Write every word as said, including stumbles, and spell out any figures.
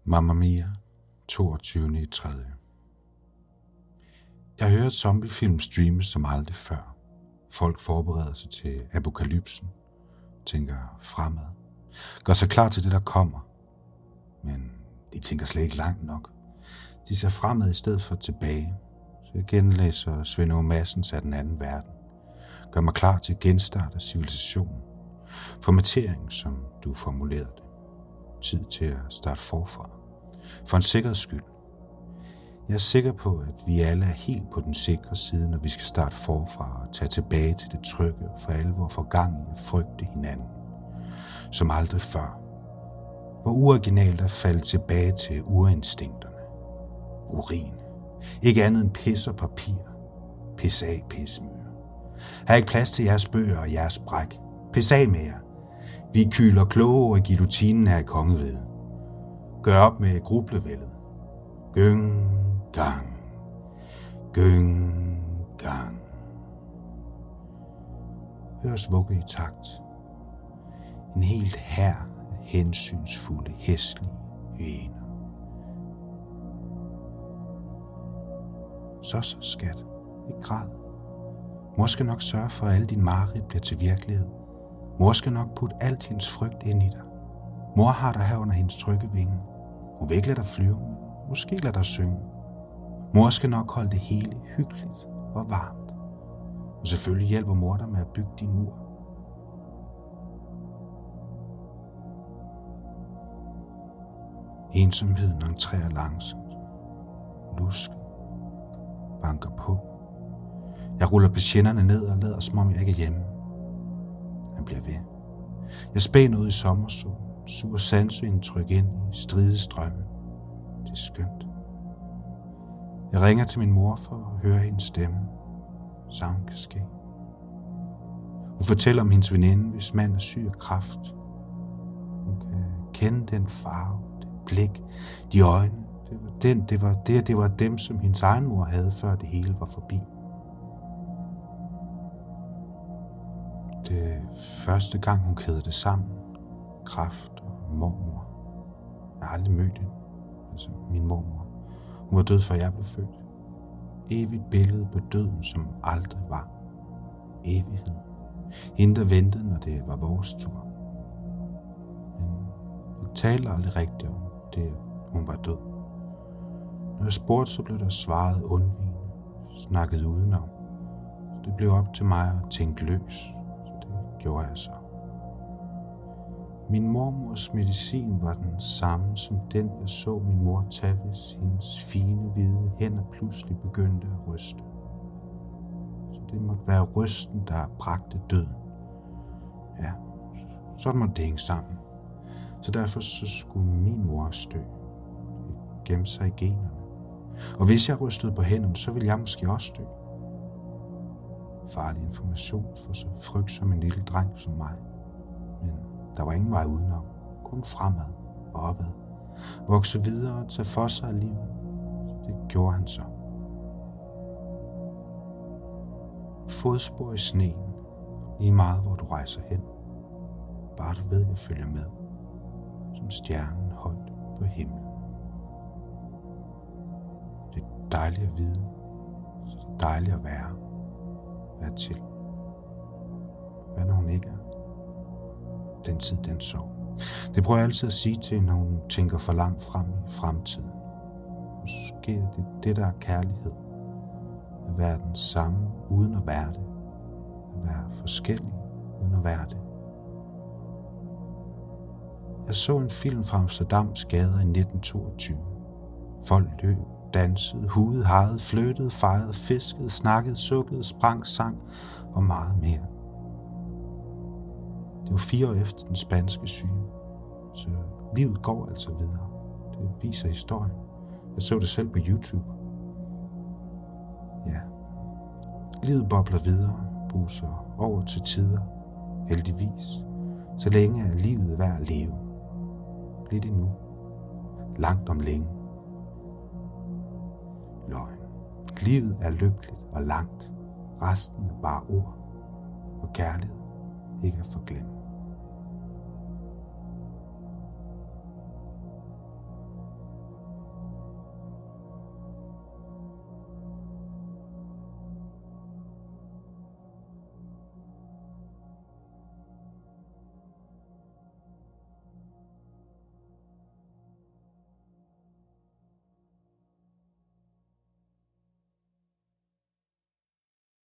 Mamma Mia, toogtyvende tredje Jeg hører et zombiefilm streame som aldrig før. Folk forbereder sig til apokalypsen, tænker fremad, gør sig klar til det, der kommer. Men de tænker slet ikke langt nok. De ser fremad i stedet for tilbage. Så jeg genlæser Svend Åge Madsens af den anden verden. Gør mig klar til genstart af civilisationen. Formatering, som du formulerede det. Tid til at starte forfra. For en sikkerheds skyld. Jeg er sikker på, at vi alle er helt på den sikre side, når vi skal starte forfra og tage tilbage til det trygge og for alvor få gang i at frygte hinanden. Som aldrig før. Hvor uoriginalt at falde tilbage til urinstinkterne. Urin. Ikke andet end pis og papir. Pis af, pis myre. Har ikke plads til jeres bøger og jeres bræk. Pis af med jer. Vi kyler kloge over guillotinen her i kongeriget. Gør op med grublevældet. Gyng, gang. Gyng, gang. Høres vugge i takt. En helt hær af hensynsfulde, hæslige hyæner. Så så, skat. Ikke græd. Mor skal nok sørge for, at alle dine mareridt bliver til virkelighed. Mor skal nok putte alt hendes frygt ind i dig. Mor har dig her under hendes trygge vinge. Hun vil ikke lade dig flyve, men måske lade dig synge. Mor skal nok holde det hele hyggeligt og varmt. Og selvfølgelig hjælper mor dig med at bygge din mur. Ensomheden entrerer langsomt. Lusken banker på. Jeg ruller patienterne ned og lader, som om jeg ikke er hjemme. Han bliver ved. Jeg spænder ud i sommersolen, suger sanseindtryk ind i stridestrømme. Det er skønt. Jeg ringer til min mor for at høre hendes stemme. Savn kan ske. Hun fortæller om hendes veninde, hvis mand er syg af kræft. Hun kan kende den farve, det blik, de øjne. Det var, den, det, var det, det var dem, som hendes egen mor havde, før det hele var forbi. Det første gang, hun kædede det sammen. Kræft og mormor. Jeg har aldrig mødt hende. Altså min mormor. Hun var død, før jeg blev født. Evigt billede på døden, som aldrig var. Evigheden. Hende, der ventede, når det var vores tur. Men vi talte aldrig rigtigt om det, hun var død. Når jeg spurgte, så blev der svaret undvigende. Snakket udenom. Så det blev op til mig at tænke løs. Så det gjorde jeg så. Min mormors medicin var den samme som den, jeg så min mor tage, hvis hendes fine, hvide hænder pludselig begyndte at ryste. Så det måtte være rysten, der bragte døden. Ja, sådan måtte det hænge sammen. Så derfor så skulle min mor dø. Det gemte sig i generne. Og hvis jeg rystede på hænderne, så ville jeg måske også dø. Farlig information for så frygt som en lille dreng som mig. Men der var ingen vej udenom. Kun fremad og opad. Vokse videre og tage for sig af livet. Så det gjorde han så. Fodspor i sneen. Lige meget hvor du rejser hen. Bare du ved, jeg følger med. Som stjernen højt på himlen. Det er dejligt at vide. Så det er dejligt at være. Være til. Hvad når hun ikke er? Den tid, den sov. Det prøver jeg altid at sige til, når hun tænker for langt frem i fremtiden. Måske er det det, der er kærlighed. At være den samme, uden at være det. At være forskellig, uden at være det. Jeg så en film fra Amsterdams gader i nitten toogtyve. Folk løb, dansede, hudede, hejede, flyttede, fejrede, fiskede, snakkede, sukkede, sprang, sang og meget mere. Det var fire år efter den spanske syge, så livet går altså videre. Det viser historien. Jeg så det selv på YouTube. Ja, livet bobler videre, buser over til tider, heldigvis. Så længe er livet værd at leve. Lidt endnu. Langt om længe. Løgn. Livet er lykkeligt og langt. Resten er bare ord. Og kærlighed ikke at forglemme.